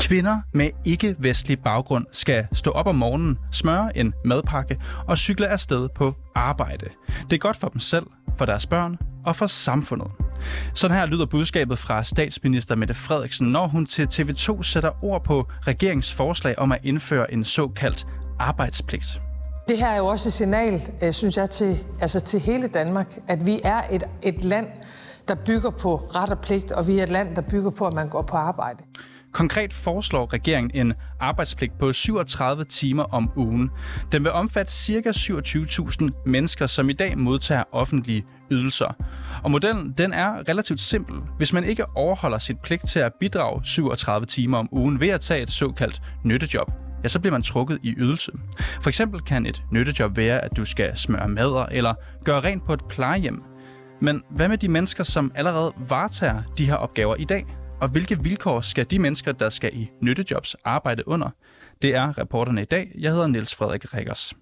Kvinder med ikke-vestlig baggrund skal stå op om morgenen, smøre en madpakke og cykle afsted på arbejde. Det er godt for dem selv, for deres børn og for samfundet. Sådan her lyder budskabet fra statsminister Mette Frederiksen, når hun til TV2 sætter ord på regeringens forslag om at indføre en såkaldt arbejdspligt. Det her er jo også et signal, synes jeg, til hele Danmark, at vi er et land, der bygger på ret og pligt, og vi er et land, der bygger på, at man går på arbejde. Konkret foreslår regeringen en arbejdspligt på 37 timer om ugen. Den vil omfatte ca. 27.000 mennesker, som i dag modtager offentlige ydelser. Og modellen den er relativt simpel. Hvis man ikke overholder sit pligt til at bidrage 37 timer om ugen ved at tage et såkaldt nyttejob, ja, så bliver man trukket i ydelse. For eksempel kan et nyttejob være, at du skal smøre madder eller gøre rent på et plejehjem. Men hvad med de mennesker, som allerede varetager de her opgaver i dag? Og hvilke vilkår skal de mennesker, der skal i nyttejobs, arbejde under? Det er reporterne i dag. Jeg hedder Niels Frederik Rikkers.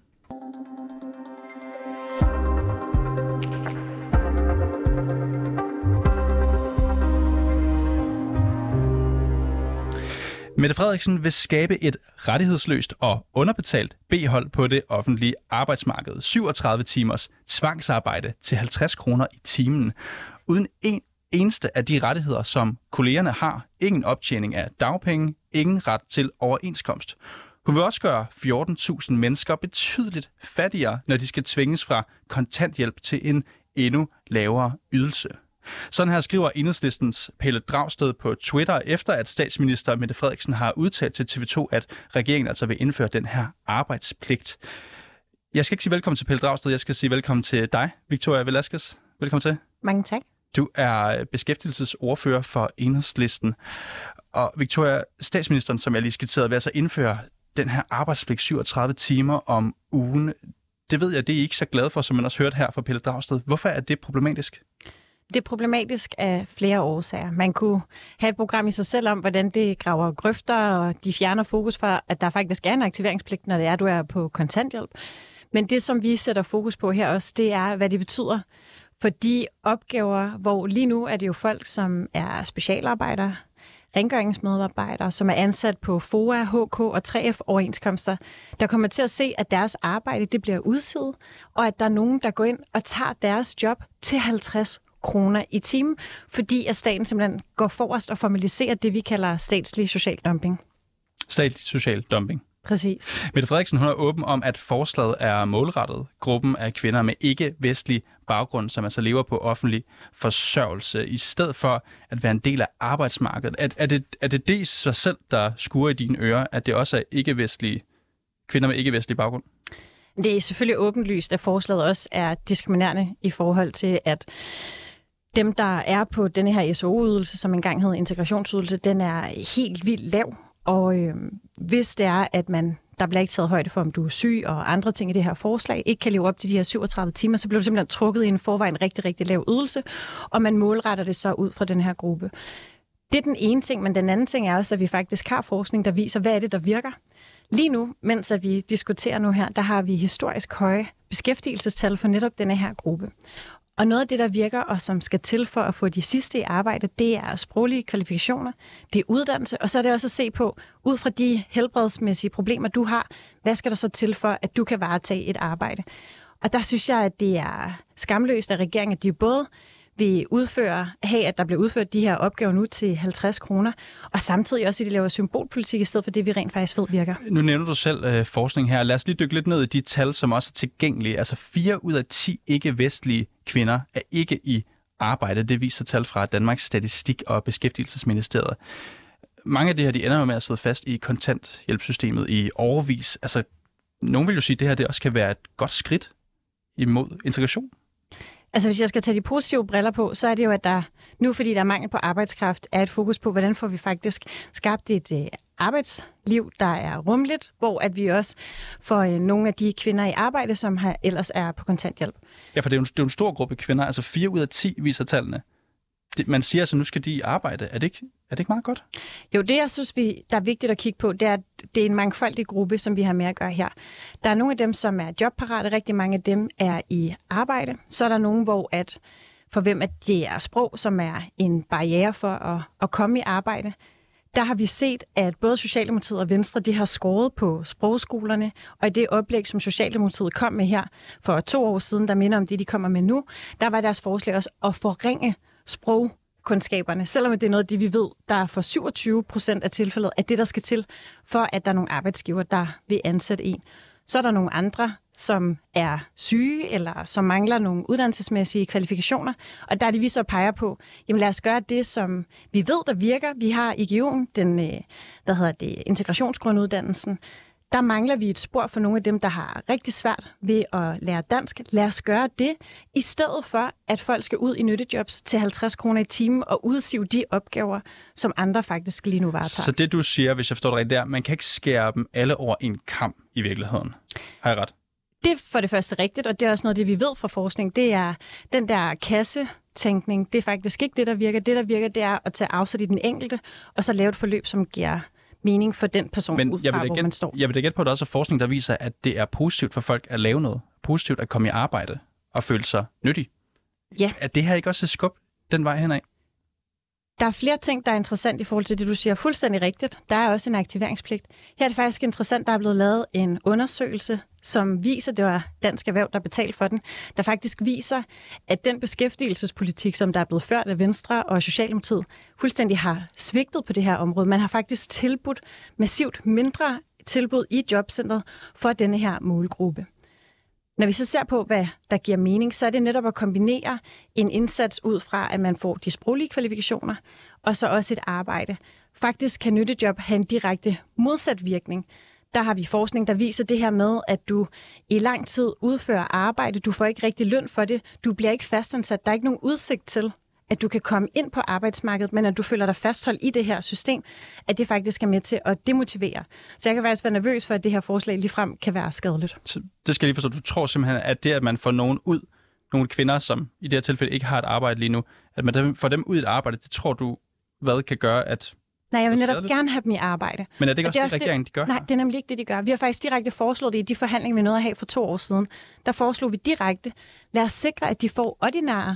Mette Frederiksen vil skabe et rettighedsløst og underbetalt B-hold på det offentlige arbejdsmarked. 37 timers tvangsarbejde til 50 kroner i timen. Uden en eneste af de rettigheder, som kollegerne har. Ingen optjening af dagpenge, ingen ret til overenskomst. Hun vil også gøre 14.000 mennesker betydeligt fattigere, når de skal tvinges fra kontanthjælp til en endnu lavere ydelse. Sådan her skriver Enhedslistens Pelle Dragsted på Twitter, efter at statsminister Mette Frederiksen har udtalt til TV2, at regeringen altså vil indføre den her arbejdspligt. Jeg skal ikke sige velkommen til Pelle Dragsted, jeg skal sige velkommen til dig, Victoria Velasquez. Velkommen til. Mange tak. Du er beskæftigelsesordfører for Enhedslisten. Og Victoria, statsministeren, som jeg lige skitserede, vil altså indføre den her arbejdspligt 37 timer om ugen. Det ved jeg, det er I ikke så glad for, som man også hørte her fra Pelle Dragsted. Hvorfor er det problematisk? Det er problematisk af flere årsager. Man kunne have et program i sig selv om, hvordan det graver grøfter, og de fjerner fokus fra, at der faktisk er en aktiveringspligt, når det er, du er på kontanthjælp. Men det, som vi sætter fokus på her også, det er, hvad det betyder for de opgaver, hvor lige nu er det jo folk, som er specialarbejdere, rengøringsmedarbejdere, som er ansat på FOA, HK og 3F-overenskomster, der kommer til at se, at deres arbejde det bliver udsiddet, og at der er nogen, der går ind og tager deres job til 50 kroner i timen, fordi at staten simpelthen går forrest og formaliserer det, vi kalder statslig social dumping. Statslig social dumping. Præcis. Mette Frederiksen hun er åben om, at forslaget er målrettet gruppen af kvinder med ikke-vestlig baggrund, som altså lever på offentlig forsørgelse, i stedet for at være en del af arbejdsmarkedet. Er det i sig selv, der skuer i dine ører, at det også er ikke-vestlige kvinder med ikke-vestlig baggrund? Det er selvfølgelig åbenlyst, at forslaget også er diskriminerende i forhold til, at dem, der er på denne her SO-ydelse, som engang hed integrationsydelse, den er helt vildt lav. Og hvis det er, at der bliver ikke taget højde for, om du er syg og andre ting i det her forslag, ikke kan leve op til de her 37 timer, så bliver du simpelthen trukket i en forvejen rigtig, rigtig lav ydelse, og man målretter det så ud fra den her gruppe. Det er den ene ting, men den anden ting er også, at vi faktisk har forskning, der viser, hvad er det, der virker. Lige nu, mens at vi diskuterer nu her, der har vi historisk høje beskæftigelsestal for netop denne her gruppe. Og noget af det, der virker, og som skal til for at få de sidste i arbejde, det er sproglige kvalifikationer, det er uddannelse, og så er det også at se på, ud fra de helbredsmæssige problemer, du har, hvad skal der så til for, at du kan varetage et arbejde? Og der synes jeg, at det er skamløst af regeringen, at de både vil at der bliver udført de her opgaver nu til 50 kroner, og samtidig også, at de laver symbolpolitik i stedet for det, vi rent faktisk ved virker. Nu nævner du selv forskning her. Lad os lige dykke lidt ned i de tal, som også er tilgængelige. Altså 4 ud af 10 ikke-vestlige kvinder er ikke i arbejde. Det viser tal fra Danmarks Statistik og Beskæftigelsesministeriet. Mange af det her, de ender med at sidde fast i kontanthjælpssystemet i årevis. Altså, nogen vil jo sige, at det her det også kan være et godt skridt imod integration. Altså hvis jeg skal tage de positive briller på, så er det jo, at der nu, fordi der er mangel på arbejdskraft, er et fokus på, hvordan får vi faktisk skabt et arbejdsliv, der er rummeligt, hvor at vi også får nogle af de kvinder i arbejde, som ellers er på kontanthjælp. Ja, for det er jo en stor gruppe kvinder. Altså 4 ud af 10 viser tallene. Man siger altså, nu skal de i arbejde. Er det ikke meget godt? Jo, det jeg synes, der er vigtigt at kigge på, det er, at det er en mangfoldig gruppe, som vi har med at gøre her. Der er nogle af dem, som er jobparate. Rigtig mange af dem er i arbejde. Så er der nogen, for hvem at det er sprog, som er en barriere for at komme i arbejde. der har vi set, at både Socialdemokratiet og Venstre, de har skåret på sprogskolerne, og i det oplæg, som Socialdemokratiet kom med her for 2 år siden, der minder om det, de kommer med nu, der var deres forslag også at forringe sprogkundskaberne, selvom det er noget af det, vi ved, der er for 27% af tilfældet, at det, der skal til, for at der er nogle arbejdsgiver, der vil ansætte en. Så er der nogle andre, som er syge, eller som mangler nogle uddannelsesmæssige kvalifikationer. Og der er det, vi så peger på, jamen lad os gøre det, som vi ved, der virker. Vi har IGU'en, den integrationsgrunduddannelsen. Der mangler vi et spor for nogle af dem, der har rigtig svært ved at lære dansk. Lad os gøre det, i stedet for, at folk skal ud i nyttejobs til 50 kroner i timen og udsive de opgaver, som andre faktisk lige nu varetager. Så det, du siger, hvis jeg forstår det rigtigt, er, man kan ikke skære dem alle over en kam i virkeligheden. Har jeg ret? Det er for det første rigtigt, og det er også noget, det vi ved fra forskning. Det er den der kassetænkning. Det er faktisk ikke det, der virker. Det, der virker, det er at tage afsæt i den enkelte, og så lave et forløb, som giver mening for den person, ud fra, hvor man står. Jeg vil da gætte på, at der også er forskning, der viser, at det er positivt for folk at lave noget. Positivt at komme i arbejde og føle sig nyttig. Ja. Er det her ikke også et skub den vej henad? Der er flere ting, der er interessant i forhold til det, du siger fuldstændig rigtigt. Der er også en aktiveringspligt. Her er det faktisk interessant, der er blevet lavet en undersøgelse, som viser, det var Dansk Erhverv, der betalte for den, der faktisk viser, at den beskæftigelsespolitik, som der er blevet ført af Venstre og Socialdemokratiet, fuldstændig har svigtet på det her område. Man har faktisk tilbudt massivt mindre tilbud i jobcentret for denne her målgruppe. Når vi så ser på, hvad der giver mening, så er det netop at kombinere en indsats ud fra, at man får de sproglige kvalifikationer, og så også et arbejde. Faktisk kan nyttejob have en direkte modsat virkning. Der har vi forskning, der viser det her med, at du i lang tid udfører arbejde, du får ikke rigtig løn for det, du bliver ikke fastansat, der er ikke nogen udsigt til, at du kan komme ind på arbejdsmarkedet, men at du føler dig fastholdt i det her system, at det faktisk er med til at demotivere. Så jeg kan faktisk være nervøs for, at det her forslag ligefrem kan være skadeligt. Så det skal jeg lige forstå. Du tror simpelthen, at det, at man får nogen ud, nogle kvinder, som i det her tilfælde ikke har et arbejde lige nu, at man får dem ud i et arbejde, det tror du, hvad kan gøre, at... Nej, jeg vil netop gerne have dem i arbejde. Men er det ikke også det, regeringen de gør? Nej, det er nemlig ikke det, de gør. Vi har faktisk direkte foreslået det i de forhandlinger, vi nåede at have for 2 år siden. Der foreslog vi direkte, lad os sikre, at de får ordinære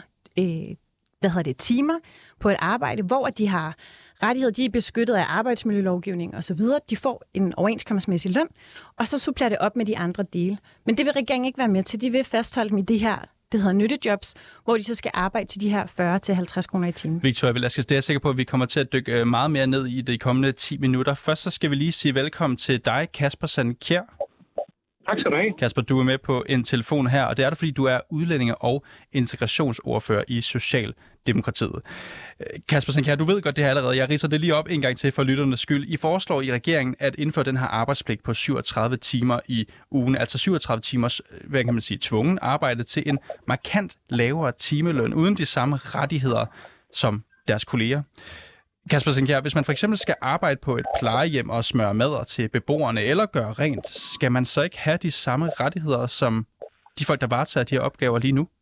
timer på et arbejde, hvor de har rettigheder, de er beskyttet af arbejdsmiljølovgivning osv. De får en overenskomstmæssig løn, og så supplerer det op med de andre dele. Men det vil regeringen ikke være med til. De vil fastholde dem i det her, det hedder nyttejobs, hvor de så skal arbejde til de her 40-50 kroner i timen. Victoria Velasquez, det er jeg sikker på, at vi kommer til at dykke meget mere ned i de kommende 10 minutter. Først så skal vi lige sige velkommen til dig, Kasper Sandkjær. Tak skal du have. Kasper, du er med på en telefon her, og det er du, fordi du er udlændinge- og integrationsordfører i Socialdemokratiet. Kasper Sandkjær, du ved godt det her allerede. Jeg ridser det lige op en gang til for lytternes skyld. I foreslår i regeringen at indføre den her arbejdspligt på 37 timer i ugen, altså 37 timers, hvad kan man sige, tvungen arbejde til en markant lavere timeløn, uden de samme rettigheder som deres kolleger. Kasper Sandkjær, hvis man for eksempel skal arbejde på et plejehjem og smøre madder til beboerne eller gøre rent, skal man så ikke have de samme rettigheder som de folk, der varetager de her opgaver lige nu?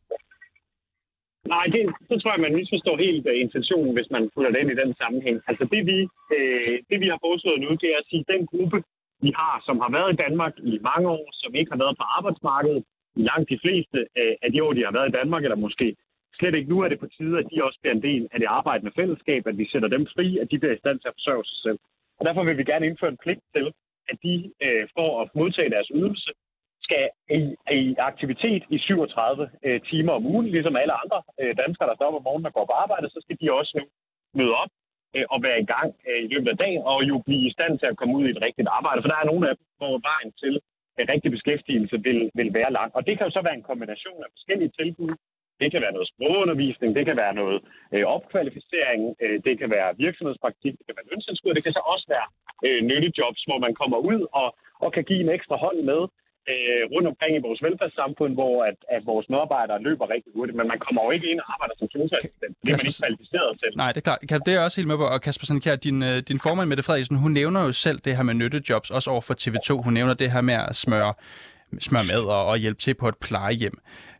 Nej, det tror jeg, man misforstår helt intentionen, hvis man putter det ind i den sammenhæng. Altså det vi har foreslået nu, det er at sige, at den gruppe, vi har, som har været i Danmark i mange år, som ikke har været på arbejdsmarkedet, i langt de fleste af de år, de har været i Danmark, eller måske slet ikke nu, er det på tide, at de også bliver en del af det arbejdende fællesskab, at vi sætter dem fri, at de bliver i stand til at forsørge sig selv. Og derfor vil vi gerne indføre en pligt til, at de for at modtage deres ydelse, skal i aktivitet i 37 timer om ugen, ligesom alle andre danskere, der står op om morgenen og går på arbejde, så skal de også nu møde op og være i gang i løbet af dagen, og jo blive i stand til at komme ud i et rigtigt arbejde. For der er nogle af dem, hvor vejen til rigtig beskæftigelse vil være lang. Og det kan jo så være en kombination af forskellige tilbud. Det kan være noget sprogundervisning, det kan være noget opkvalificering, det kan være virksomhedspraktik, det kan være løntilskud, det kan så også være nyttejobs, hvor man kommer ud og kan give en ekstra hånd med rundt omkring i vores velfærdssamfund, hvor at vores medarbejdere løber rigtig hurtigt, men man kommer jo ikke ind og arbejder som sosu-assistent. Det er man ikke kvalificeret til. Nej, det er klart. Det er jeg også helt med på. Og Kasper Sandkjær, din formand Mette Frederiksen, hun nævner jo selv det her med nyttejobs, også over for TV2. Hun nævner det her med at smøre mad og hjælpe til på et plejehjem.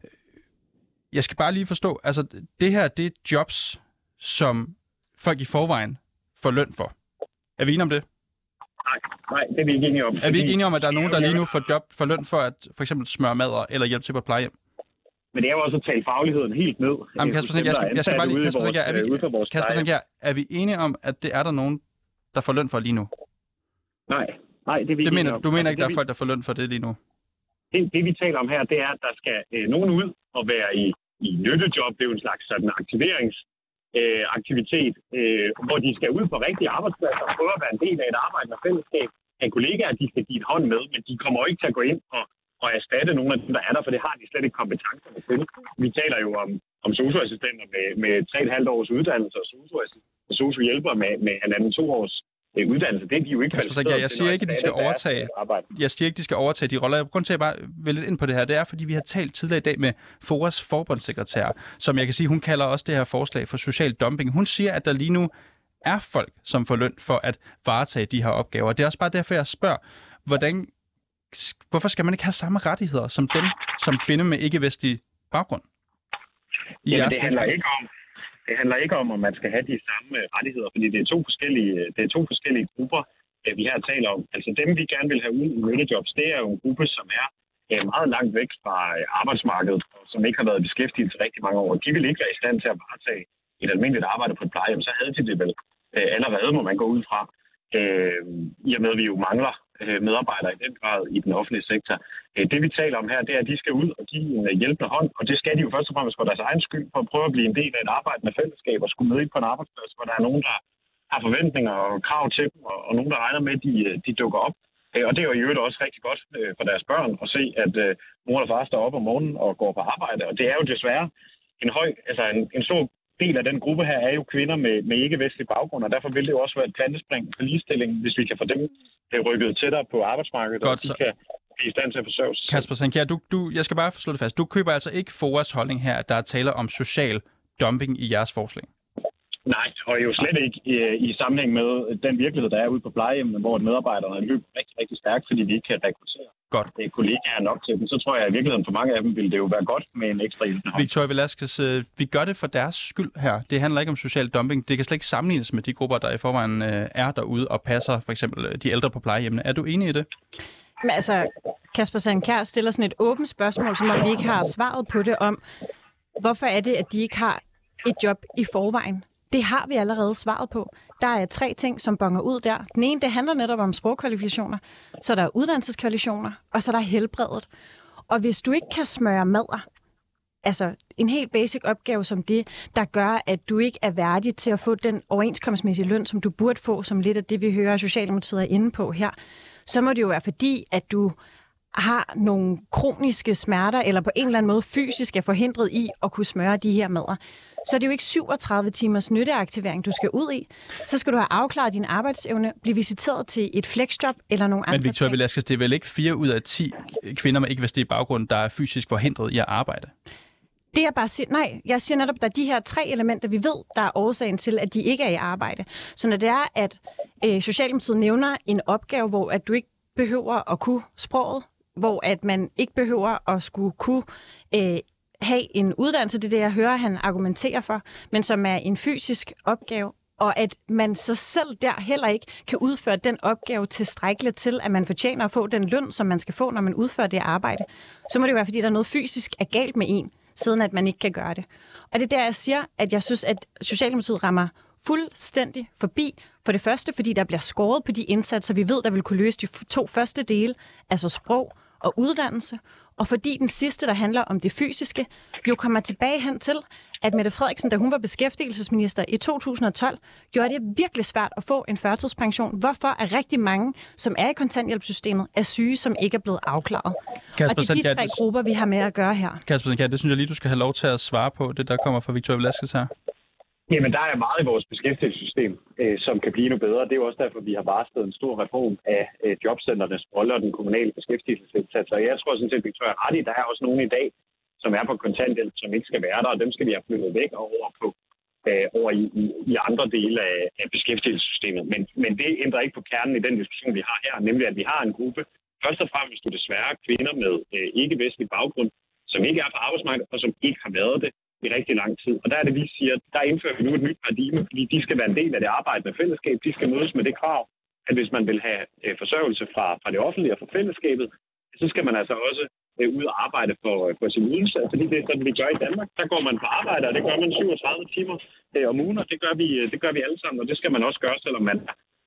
Jeg skal bare lige forstå, altså det her, det er jobs, som folk i forvejen får løn for. Er vi enige om det? Nej, det er vi ikke enige om. Er vi ikke enige om, at der er nogen, der lige nu får løn for at for eksempel smøre mad eller hjælpe til på et plejehjem? Men det er jo også at tale fagligheden helt ned. Jamen, Kasper Sandkjær, er vi enige om, at det er der nogen, der får løn for lige nu? Nej, det er vi det ikke. Du mener ikke, der er folk, der får løn for det lige nu? Det vi taler om her, det er, at der skal nogen ud og være i nyttejob. Det er jo en slags sådan aktiveringsaktivitet, hvor de skal ud på rigtige arbejdspladser og prøve at være en del af et arbejdende fællesskab. En kollega, at de skal give et hånd med, men de kommer ikke til at gå ind og erstatte nogle af dem, der er der, for det har de slet ikke kompetencerne til. Vi taler jo om sosu-assistenter med 3,5 års uddannelse og sosu-hjælpere med 1,5-2 års uddannelse. Det er de jo ikke kvalificeret. Jeg siger ikke, at de skal overtage. Jeg siger ikke, de skal overtage de roller. Grunden til, at jeg bare vil lidt ind på det her, det er, fordi vi har talt tidligere i dag med FOAs forbundssekretær, som jeg kan sige, hun kalder også det her forslag for social dumping. Hun siger, at der lige nu er folk, som får løn for at varetage de her opgaver. Det er også bare derfor, jeg spørger, hvorfor skal man ikke have samme rettigheder som dem, som kvinde med ikke-vestlig baggrund? Jamen, det handler ikke om, man skal have de samme rettigheder, fordi det er to forskellige grupper, vi her taler om. Altså dem, vi gerne vil have ud i nyttejobs, det er jo en gruppe, som er meget langt væk fra arbejdsmarkedet, og som ikke har været beskæftiget til rigtig mange år. De vil ikke være i stand til at varetage et almindeligt arbejde på et plejehjem, så havde de det vel allerede, må man gå ud fra. I og med, at vi jo mangler medarbejdere i den grad i den offentlige sektor. Det vi taler om her, det er, at de skal ud og give en hjælpende hånd, og det skal de jo først og fremmest for deres egen skyld, for at prøve at blive en del af et arbejdende fællesskab og skulle med ind på en arbejdsplads, hvor der er nogen, der har forventninger og krav til dem, og nogen, der regner med, at de dukker op. Og det er jo i øvrigt også rigtig godt for deres børn at se, at mor og far står op om morgenen og går på arbejde, og det er jo desværre en stor del af den gruppe her er jo kvinder med ikke-vestlig baggrund, og derfor vil det jo også være et kvantespring for ligestilling, hvis vi kan få dem rykket tættere på arbejdsmarkedet, godt, og de kan blive i stand til at forsørge sig. Kasper Sandkjær, jeg skal bare slå det fast. Du køber altså ikke FOAs holdning her, at der er tale om social dumping i jeres forslag? Nej, og jo slet ikke i sammenhæng med den virkelighed, der er ude på plejehjemmene, hvor medarbejderne løber rigtig, rigtig stærkt, fordi vi ikke kan rekruttere kollegaer nok til dem. Så tror jeg, at i virkeligheden for mange af dem vil det jo være godt med en ekstra hjælpende hånd. Victoria Velasquez, vi gør det for deres skyld her. Det handler ikke om social dumping. Det kan slet ikke sammenlignes med de grupper, der i forvejen er derude og passer for eksempel de ældre på plejehjemmene. Er du enig i det? Men altså, Kasper Sandkjær stiller sådan et åbent spørgsmål, som om vi ikke har svaret på det om, hvorfor er det, at de ikke har et job i forvejen? Det har vi allerede svaret på. Der er 3 ting, som bonger ud der. Den ene, det handler netop om sprogkvalifikationer. Så der er uddannelseskvalifikationer, og så der er helbredet. Og hvis du ikke kan smøre madder, altså en helt basic opgave som det, der gør, at du ikke er værdig til at få den overenskomstmæssige løn, som du burde få, som lidt af det, vi hører Socialdemokratiet er inde på her, så må det jo være fordi, at du har nogle kroniske smerter, eller på en eller anden måde fysisk er forhindret i at kunne smøre de her madder. Så er det jo ikke 37 timers nytteaktivering, du skal ud i. Så skal du have afklaret din arbejdsevne, blive visiteret til et flexjob eller nogle andre ting. Men Victoria Velasquez, det er vel ikke 4 ud af 10 kvinder med ikke-vestlig baggrund, der er fysisk forhindret i at arbejde? Det jeg bare siger, nej, jeg siger netop, at der er de her 3 elementer, vi ved, der er årsagen til, at de ikke er i arbejde. Så når det er, at Socialdemokratiet nævner en opgave, hvor at du ikke behøver at kunne sproget, hvor at man ikke behøver at skulle kunne have en uddannelse, det er det, jeg hører, han argumenterer for, men som er en fysisk opgave, og at man så selv der heller ikke kan udføre den opgave tilstrækkeligt til, at man fortjener at få den løn, som man skal få, når man udfører det arbejde, så må det jo være, fordi der er noget fysisk er galt med en, siden at man ikke kan gøre det. Og det er der, jeg siger, at jeg synes, at Socialdemokratiet rammer fuldstændig forbi. For det første, fordi der bliver skåret på de indsatser, vi ved, der vil kunne løse de 2 første dele, altså sprog og uddannelse, og fordi den sidste, der handler om det fysiske, jo kommer tilbage hen til, at Mette Frederiksen, da hun var beskæftigelsesminister i 2012, gjorde det virkelig svært at få en førtidspension. Hvorfor er rigtig mange, som er i kontanthjælpssystemet, er syge, som ikke er blevet afklaret? Kasper, og det er de 3 grupper, vi har med at gøre her. Kasper Sandkjær, det synes jeg lige, du skal have lov til at svare på, det der kommer fra Victoria Velasquez her. Jamen, der er meget i vores beskæftigelsessystem, som kan blive endnu bedre. Det er jo også derfor, vi har varslet en stor reform af jobcenternes rolle og den kommunale beskæftigelsesindsats. Og jeg tror sådan set, Victoria ret i, der er også nogen i dag, som er på kontanthjælp, som ikke skal være der, og dem skal vi have flyttet væk og over i andre dele af beskæftigelsessystemet. Men det ændrer ikke på kernen i den diskussion, vi har her, nemlig at vi har en gruppe, først og fremmest desværre kvinder med ikke-vestlig baggrund, som ikke er på arbejdsmarkedet, og som ikke har været det i rigtig lang tid. Og der er det, vi siger, der indfører vi nu et nyt paradigme, fordi de skal være en del af det arbejdende fællesskab. De skal mødes med det krav, at hvis man vil have forsørgelse fra det offentlige og fra fællesskabet, så skal man altså også ud og arbejde for sin ydelse. Fordi det er sådan, vi gør i Danmark. Der går man på arbejde, og det gør man 37 timer om ugen, og det gør vi alle sammen, og det skal man også gøre, selvom man er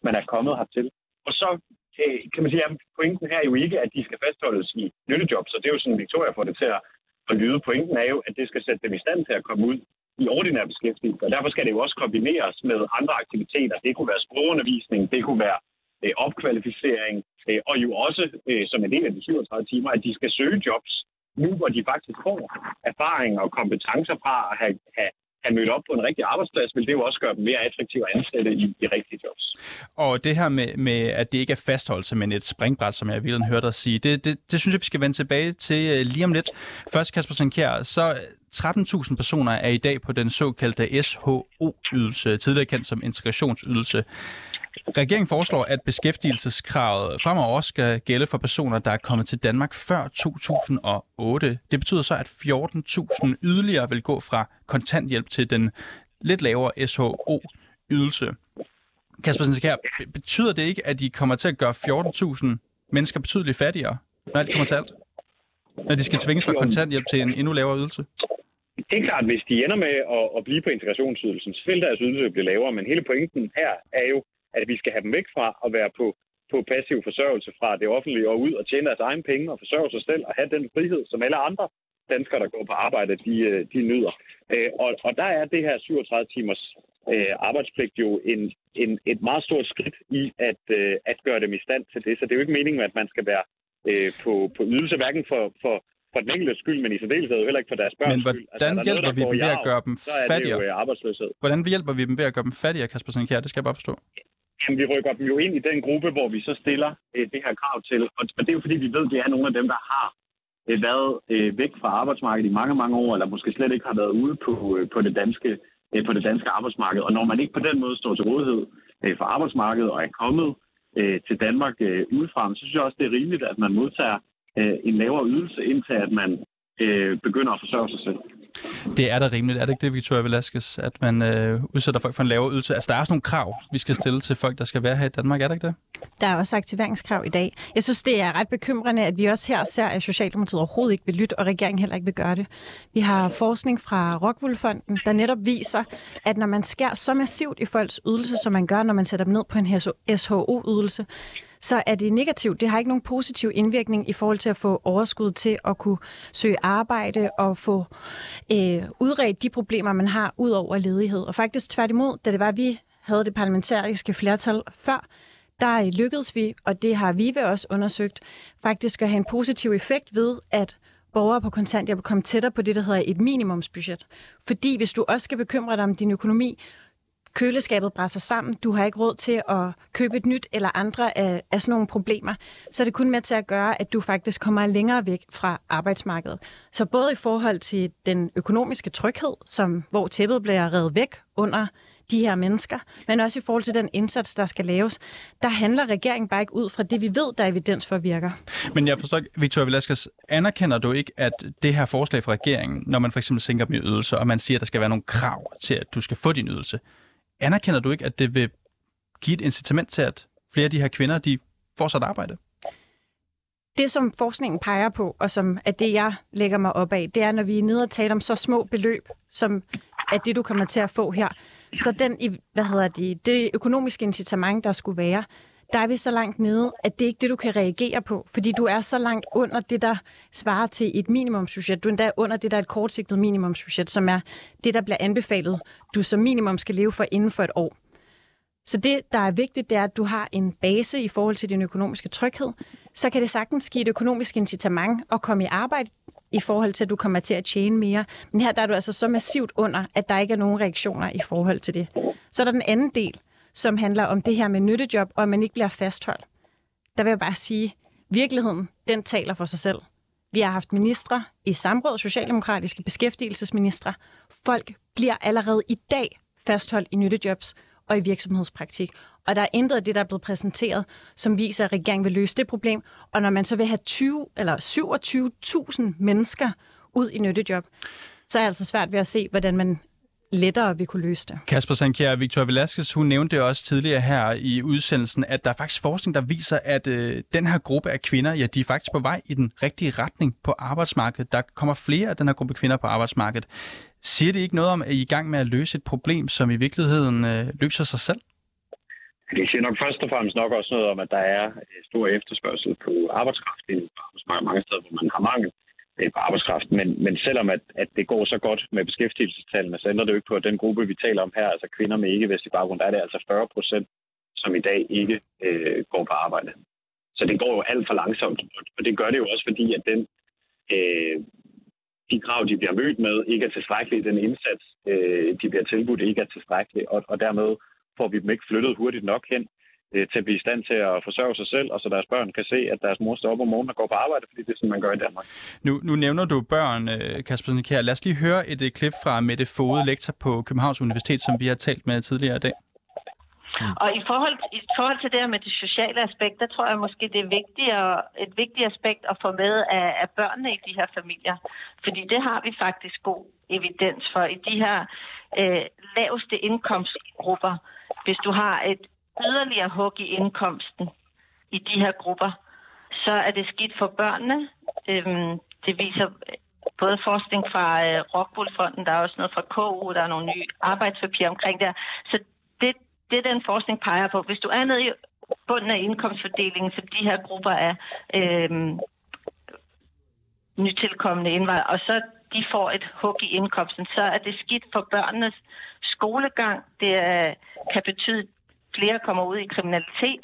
man er kommet hertil. Og så kan man sige, at pointen her er jo ikke, at de skal fastholdes i nyttejob, så det er jo sådan, Victoria får det til at lyde. Pointen er jo, at det skal sætte dem i stand til at komme ud i ordinær beskæftigelse, og derfor skal det jo også kombineres med andre aktiviteter. Det kunne være sprogundervisning, det kunne være opkvalificering, og jo også som en del af de 37 timer, at de skal søge jobs nu, hvor de faktisk får erfaring og kompetencer fra at have mødt op på en rigtig arbejdsplads, vil det jo også gøre dem mere attraktive at ansætte i de rigtige jobs. Og det her med, at det ikke er fastholdelse, men et springbræt, som jeg ville høre dig sige, det synes jeg, vi skal vende tilbage til lige om lidt. Først, Kasper Sand-Kjær, så 13.000 personer er i dag på den såkaldte SHO-ydelse, tidligere kendt som integrationsydelse. Regeringen foreslår, at beskæftigelseskravet fremover også skal gælde for personer, der er kommet til Danmark før 2008. Det betyder så, at 14.000 yderligere vil gå fra kontanthjælp til den lidt lavere SHO-ydelse. Kasper Sand-Kjær, betyder det ikke, at de kommer til at gøre 14.000 mennesker betydeligt fattigere, når alt kommer til alt? Når de skal tvinges fra kontanthjælp til en endnu lavere ydelse? Det er klart, at hvis de ender med at blive på integrationsydelsen, så vil deres ydelse blive lavere. Men hele pointen her er jo, at vi skal have dem væk fra at være på passiv forsørgelse fra det offentlige og ud og tjene deres egen penge og forsørge sig selv og have den frihed, som alle andre danskere, der går på arbejde, de nyder. Og der er det her 37 timers arbejdspligt jo et meget stort skridt i at gøre dem i stand til det. Så det er jo ikke meningen, at man skal være på ydelse, hverken for den enkelte skyld, men i særdeleshed heller ikke for deres børns skyld. Men hvordan hjælper vi dem ved at gøre dem fattigere? Så er det jo arbejdsløshed. Hvordan hjælper vi dem ved at gøre dem fattigere, Kasper Sand-Kjær? Det skal jeg bare forstå. Jamen, vi rykker dem jo ind i den gruppe, hvor vi så stiller det her krav til. Og det er jo fordi, vi ved, at det er nogle af dem, der har været væk fra arbejdsmarkedet i mange, mange år, eller måske slet ikke har været ude på det danske arbejdsmarked. Og når man ikke på den måde står til rådighed for arbejdsmarkedet og er kommet til Danmark udefra, så synes jeg også, det er rimeligt, at man modtager en lavere ydelse, indtil at man begynder at forsørge sig selv. Det er da rimeligt. Er det ikke det, Victoria Velasquez, at man udsætter folk for en lavere ydelse? Altså, der er også nogle krav, vi skal stille til folk, der skal være her i Danmark. Er det ikke det? Der er også aktiveringskrav i dag. Jeg synes, det er ret bekymrende, at vi også her ser, at Socialdemokratiet overhovedet ikke vil lytte, og regeringen heller ikke vil gøre det. Vi har forskning fra Rockwool-fonden, der netop viser, at når man skærer så massivt i folks ydelse, som man gør, når man sætter dem ned på en SHO-ydelse, så er det negativt. Det har ikke nogen positiv indvirkning i forhold til at få overskud til at kunne søge arbejde og få udredt de problemer, man har ud over ledighed. Og faktisk tværtimod, da det var, at vi havde det parlamentariske flertal før, der lykkedes vi, og det har VIVE også undersøgt, faktisk at have en positiv effekt ved, at borgere på kontanthjælp kommer tættere på det, der hedder et minimumsbudget. Fordi hvis du også skal bekymre dig om din økonomi, køleskabet brænder sammen, du har ikke råd til at købe et nyt eller andre af sådan nogle problemer, så er det kun med til at gøre, at du faktisk kommer længere væk fra arbejdsmarkedet. Så både i forhold til den økonomiske tryghed, hvor tæppet bliver revet væk under de her mennesker, men også i forhold til den indsats, der skal laves, der handler regeringen bare ikke ud fra det, vi ved, der er evidens for virker. Men jeg forstår ikke, Victoria Velasquez, anerkender du ikke, at det her forslag fra regeringen, når man for eksempel sænker dem i ydelser, og man siger, at der skal være nogle krav til, at du skal få din ydelse, anerkender du ikke, at det vil give et incitament til, at flere af de her kvinder, de fortsat arbejde? Det, som forskningen peger på, og som er det, jeg lægger mig op af, det er, når vi er nede og taler om så små beløb, som er det, du kommer til at få her. Så det økonomiske incitament, der skulle være, der er vi så langt nede, at det ikke er det, du kan reagere på, fordi du er så langt under det, der svarer til et minimumsbudget. Du er endda under det, der er et kortsigtet minimumsbudget, som er det, der bliver anbefalet, du som minimum skal leve for inden for et år. Så det, der er vigtigt, det er, at du har en base i forhold til din økonomiske tryghed. Så kan det sagtens give et økonomisk incitament at komme i arbejde i forhold til, at du kommer til at tjene mere. Men her der er du altså så massivt under, at der ikke er nogen reaktioner i forhold til det. Så er der den anden del, som handler om det her med nyttejob, og at man ikke bliver fastholdt. Der vil jeg bare sige, virkeligheden, den taler for sig selv. Vi har haft ministre i samråd, socialdemokratiske beskæftigelsesministre. Folk bliver allerede i dag fastholdt i nyttejobs og i virksomhedspraktik. Og der er intet af det, der er blevet præsenteret, som viser, at regeringen vil løse det problem. Og når man så vil have 27.000 mennesker ud i nyttejob, så er det altså svært ved at se, hvordan man lettere vil kunne løse det. Kasper Sand-Kjær, Victoria Velasquez, hun nævnte det også tidligere her i udsendelsen, at der er faktisk forskning, der viser, at den her gruppe af kvinder, ja, de er faktisk på vej i den rigtige retning på arbejdsmarkedet. Der kommer flere af den her gruppe kvinder på arbejdsmarkedet. Siger det ikke noget om, at I er i gang med at løse et problem, som i virkeligheden løser sig selv? Det siger nok først og fremmest nok også noget om, at der er stor efterspørgsel på arbejdskraft inden for mange steder, hvor man har mangel på arbejdskraft. Men selvom at det går så godt med beskæftigelsestallene, så ændrer det jo ikke på, at den gruppe, vi taler om her, altså kvinder med ikke-vestlig baggrund, der er det altså 40%, som i dag ikke går på arbejde. Så det går jo alt for langsomt, og det gør det jo også, fordi at de krav, de bliver mødt med, ikke er tilstrækkelige. Den indsats, de bliver tilbudt, ikke er tilstrækkelig, og dermed får vi dem ikke flyttet hurtigt nok hen til at blive i stand til at forsørge sig selv, og så deres børn kan se, at deres mor står op om morgenen og går på arbejde, fordi det er sådan, man gør i Danmark. Nu nævner du børn, Kasper Sand Kjær. Lad os lige høre et klip fra Mette Foged, lektor på Københavns Universitet, som vi har talt med tidligere i dag. Og i forhold til det her med det sociale aspekt, der tror jeg måske, det er et vigtigt aspekt at få med af børnene i de her familier. Fordi det har vi faktisk god evidens for i de her laveste indkomstgrupper. Hvis du har et yderligere hug i indkomsten i de her grupper, så er det skidt for børnene. Det viser både forskning fra Rockwool-fonden, der er også noget fra KU, der er nogle nye arbejdspapirer omkring det. Så det den forskning peger på. Hvis du er nede i bunden af indkomstfordelingen, så de her grupper er nytilkommende indvandrere, og så de får et hug i indkomsten, så er det skidt for børnenes skolegang. Det kan betyde, at flere kommer ud i kriminalitet.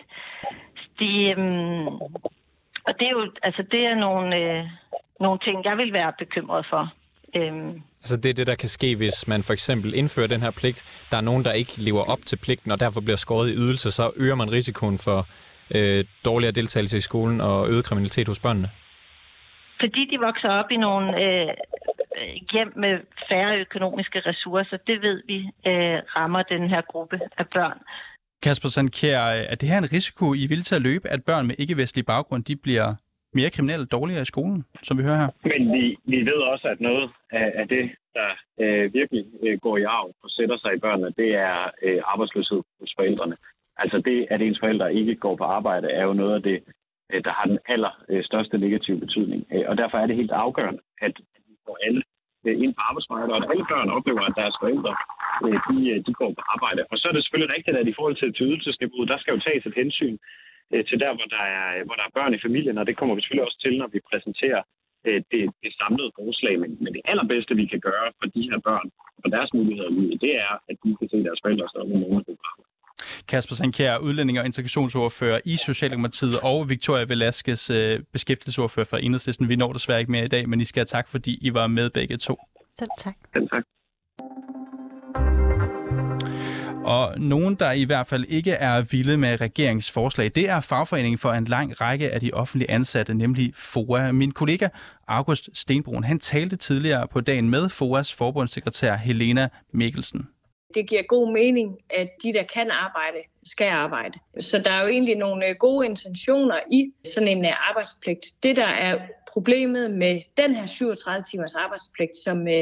Og det er jo det er nogle ting, jeg vil være bekymret for. Altså det er det, der kan ske, hvis man for eksempel indfører den her pligt. Der er nogen, der ikke lever op til pligten, og derfor bliver skåret i ydelser, så øger man risikoen for dårligere deltagelse i skolen og øget kriminalitet hos børnene. Fordi de vokser op i nogle hjem med færre økonomiske ressourcer, det ved vi rammer den her gruppe af børn. Kasper Sand Kjær, er det her en risiko, I vil til at løbe, at børn med ikke-vestlig baggrund, de bliver mere kriminelle dårligere i skolen, som vi hører her? Men vi ved også, at noget af det, der virkelig går i arv og sætter sig i børnene, det er arbejdsløshed hos forældrene. Altså det, at ens forældre ikke går på arbejde, er jo noget af det, der har den allerstørste negative betydning. Og derfor er det helt afgørende, at vi får alle ind på arbejdsmarkedet, og at alle børn oplever, at deres forældre de går på arbejde. Og så er det selvfølgelig rigtigt, at i forhold til ydelsesniveauet, der skal jo tages et hensyn til der, hvor der er børn i familien, og det kommer vi selvfølgelig også til, når vi præsenterer det samlede forslag. Men det allerbedste, vi kan gøre for de her børn og deres muligheder i livet, det er, at de kan se deres forældre stå med nogen på arbejde. Kasper Sand Kjær, udlænding- og integrationsordfører i Socialdemokratiet, og Victoria Velasquez, beskæftigelsesordfører for Enhedslisten. Vi når desværre ikke mere i dag, men I skal have tak, fordi I var med begge to. Selv tak. Selv tak. Og nogen, der i hvert fald ikke er vilde med regeringsforslag, det er fagforeningen for en lang række af de offentlige ansatte, nemlig FOA. Min kollega August Stenbrun, han talte tidligere på dagen med FOAs forbundssekretær Helena Mikkelsen. Det giver god mening, at de, der kan arbejde, skal arbejde. Så der er jo egentlig nogle gode intentioner i sådan en arbejdspligt. Det, der er problemet med den her 37 timers arbejdspligt,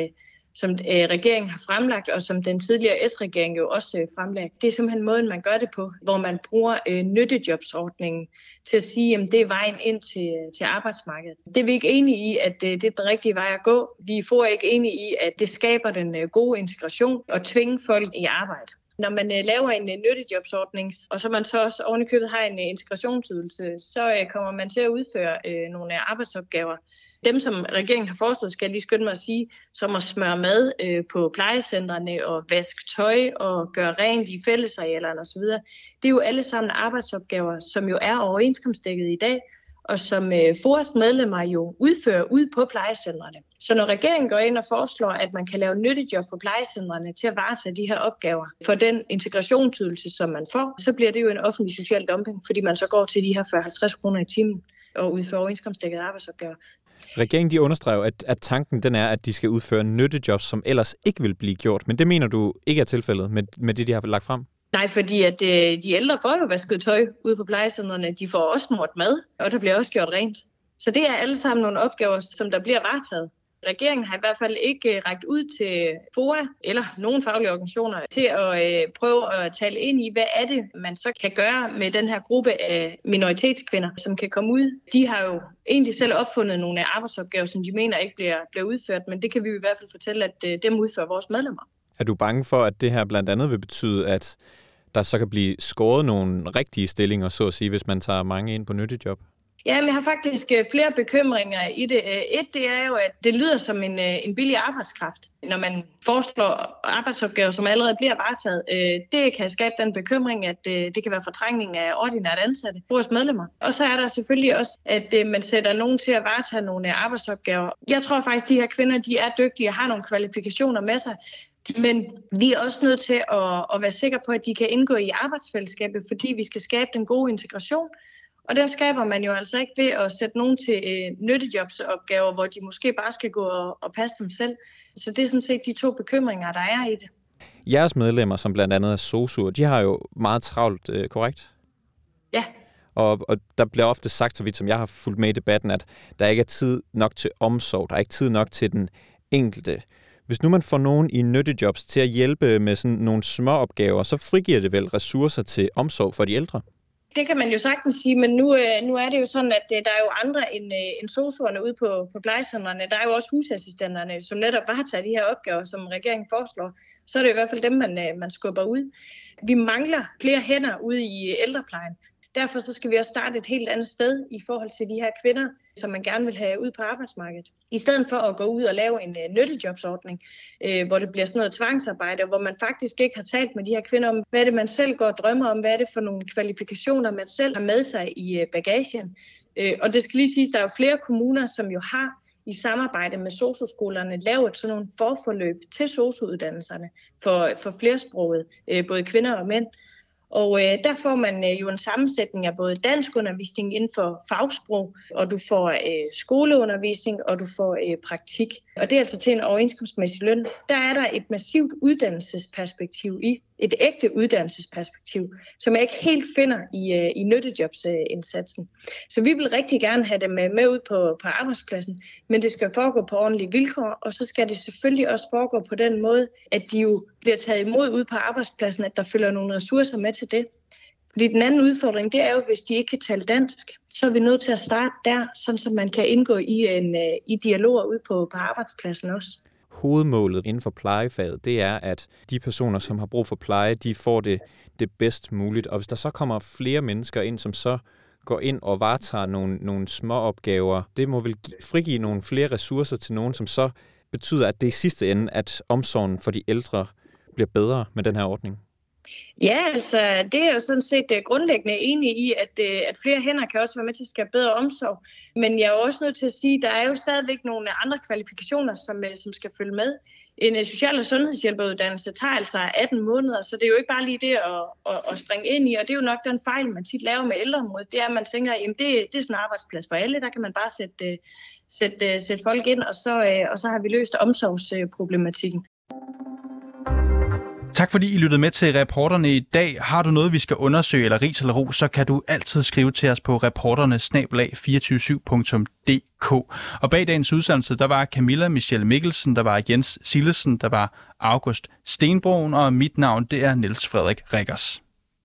som regeringen har fremlagt, og som den tidligere S-regering jo også fremlagde, det er simpelthen måden, man gør det på, hvor man bruger nyttejobsordningen til at sige, at det er vejen ind til arbejdsmarkedet. Det er vi ikke enige i, at det er den rigtige vej at gå. Vi er ikke enige i, at det skaber den gode integration og tvinge folk i arbejde. Når man laver en nyttejobsordning, og så man så også ovenikøbet har en integrationsydelse, så kommer man til at udføre nogle arbejdsopgaver. Dem, som regeringen har foreslået, skal jeg lige skynde mig at sige, som at smøre mad på plejecentrene og vaske tøj og gøre rent i fællesarealerne osv. Det er jo alle sammen arbejdsopgaver, som jo er overenskomstdækket i dag, og som FOAs medlemmer jo udfører ude på plejecentrene. Så når regeringen går ind og foreslår, at man kan lave nyttejob på plejecentrene til at varetage de her opgaver for den integrationsydelse, som man får, så bliver det jo en offentlig social dumping, fordi man så går til de her 40-50 kroner i timen og udfører overenskomstdækkede arbejdsopgaver. Regeringen de understreger, at tanken den er, at de skal udføre nyttejobs, som ellers ikke vil blive gjort. Men det mener du ikke er tilfældet med det, de har lagt frem? Nej, fordi at de ældre får jo vasket tøj ude på plejecentrene. De får også smurt mad, og der bliver også gjort rent. Så det er alle sammen nogle opgaver, som der bliver varetaget. Regeringen har i hvert fald ikke rakt ud til FOA eller nogle faglige organisationer til at prøve at tale ind i, hvad er det, man så kan gøre med den her gruppe af minoritetskvinder, som kan komme ud. De har jo egentlig selv opfundet nogle arbejdsopgaver, som de mener ikke bliver udført, men det kan vi jo i hvert fald fortælle, at dem udfører vores medlemmer. Er du bange for, at det her blandt andet vil betyde, at der så kan blive skåret nogle rigtige stillinger, så at sige, hvis man tager mange ind på nyttejob? Ja, men jeg har faktisk flere bekymringer i det. Det er jo, at det lyder som en billig arbejdskraft, når man foreslår arbejdsopgaver, som allerede bliver varetaget. Det kan skabe den bekymring, at det kan være fortrængning af ordinært ansatte, vores medlemmer. Og så er der selvfølgelig også, at man sætter nogen til at varetage nogle arbejdsopgaver. Jeg tror faktisk, at de her kvinder, de er dygtige og har nogle kvalifikationer med sig. Men vi er også nødt til at være sikre på, at de kan indgå i arbejdsfællesskabet, fordi vi skal skabe den gode integration. Og der skaber man jo altså ikke ved at sætte nogen til nyttejobsopgaver, hvor de måske bare skal gå og passe dem selv. Så det er sådan set de 2 bekymringer, der er i det. Jeres medlemmer, som blandt andet er sosu'er, de har jo meget travlt, korrekt? Ja. Og der bliver ofte sagt, så vidt som jeg har fulgt med i debatten, at der ikke er tid nok til omsorg, der er ikke tid nok til den enkelte. Hvis nu man får nogen i nyttejobs til at hjælpe med sådan nogle små opgaver, så frigiver det vel ressourcer til omsorg for de ældre? Det kan man jo sagtens sige, men nu er det jo sådan, at der er jo andre end sosuerne ude på plejecentrene. Der er jo også husassistenterne, som netop varetager de her opgaver, som regeringen foreslår. Så er det i hvert fald dem, man skubber ud. Vi mangler flere hænder ude i ældreplejen. Derfor så skal vi også starte et helt andet sted i forhold til de her kvinder, som man gerne vil have ud på arbejdsmarkedet. I stedet for at gå ud og lave en nyttejobsordning, hvor det bliver sådan noget tvangsarbejde, hvor man faktisk ikke har talt med de her kvinder om, hvad er det, man selv går og drømmer om, hvad er det for nogle kvalifikationer, man selv har med sig i bagagen. Og det skal lige siges, der er jo flere kommuner, som jo har i samarbejde med sosu-skolerne lavet sådan nogle forforløb til sosu-uddannelserne for flersproget, både kvinder og mænd. Og der får man jo en sammensætning af både danskundervisning inden for fagsprog, og du får skoleundervisning, og du får praktik. Og det er altså til en overenskomstmæssig løn. Der er der et massivt uddannelsesperspektiv i, et ægte uddannelsesperspektiv, som jeg ikke helt finder i nyttejobsindsatsen. Så vi vil rigtig gerne have dem med ud på arbejdspladsen, men det skal foregå på ordentlige vilkår, og så skal det selvfølgelig også foregå på den måde, at de jo bliver taget imod ude på arbejdspladsen, at der følger nogle ressourcer med til det. Fordi den anden udfordring, det er jo, hvis de ikke kan tale dansk, så er vi nødt til at starte der, sådan så man kan indgå i dialoger ude på arbejdspladsen også. Hovedmålet inden for plejefaget, det er, at de personer, som har brug for pleje, de får det bedst muligt. Og hvis der så kommer flere mennesker ind, som så går ind og varetager nogle små opgaver, det må vel frigive nogle flere ressourcer til nogen, som så betyder, at det i sidste ende, at omsorgen for de ældre bliver bedre med den her ordning. Ja, altså det er jo sådan set grundlæggende enig i, at flere hænder kan også være med til at skabe bedre omsorg. Men jeg er også nødt til at sige, at der er jo stadigvæk nogle andre kvalifikationer, som skal følge med. En social- og sundhedshjælperuddannelse tager altså 18 måneder, så det er jo ikke bare lige det at springe ind i. Og det er jo nok den fejl, man tit laver med ældreområdet. Det er, at man tænker, at det er sådan en arbejdsplads for alle. Der kan man bare sætte folk ind, og så har vi løst omsorgsproblematikken. Tak fordi I lyttede med til Reporterne i dag. Har du noget, vi skal undersøge eller ris eller ros, så kan du altid skrive til os på reporterne@247.dk. Og bag dagens udsendelse, der var Camilla Michelle Mikkelsen, der var Jens Sillesen, der var August Stenbroen, og mit navn, det er Niels Frederik Rikkers.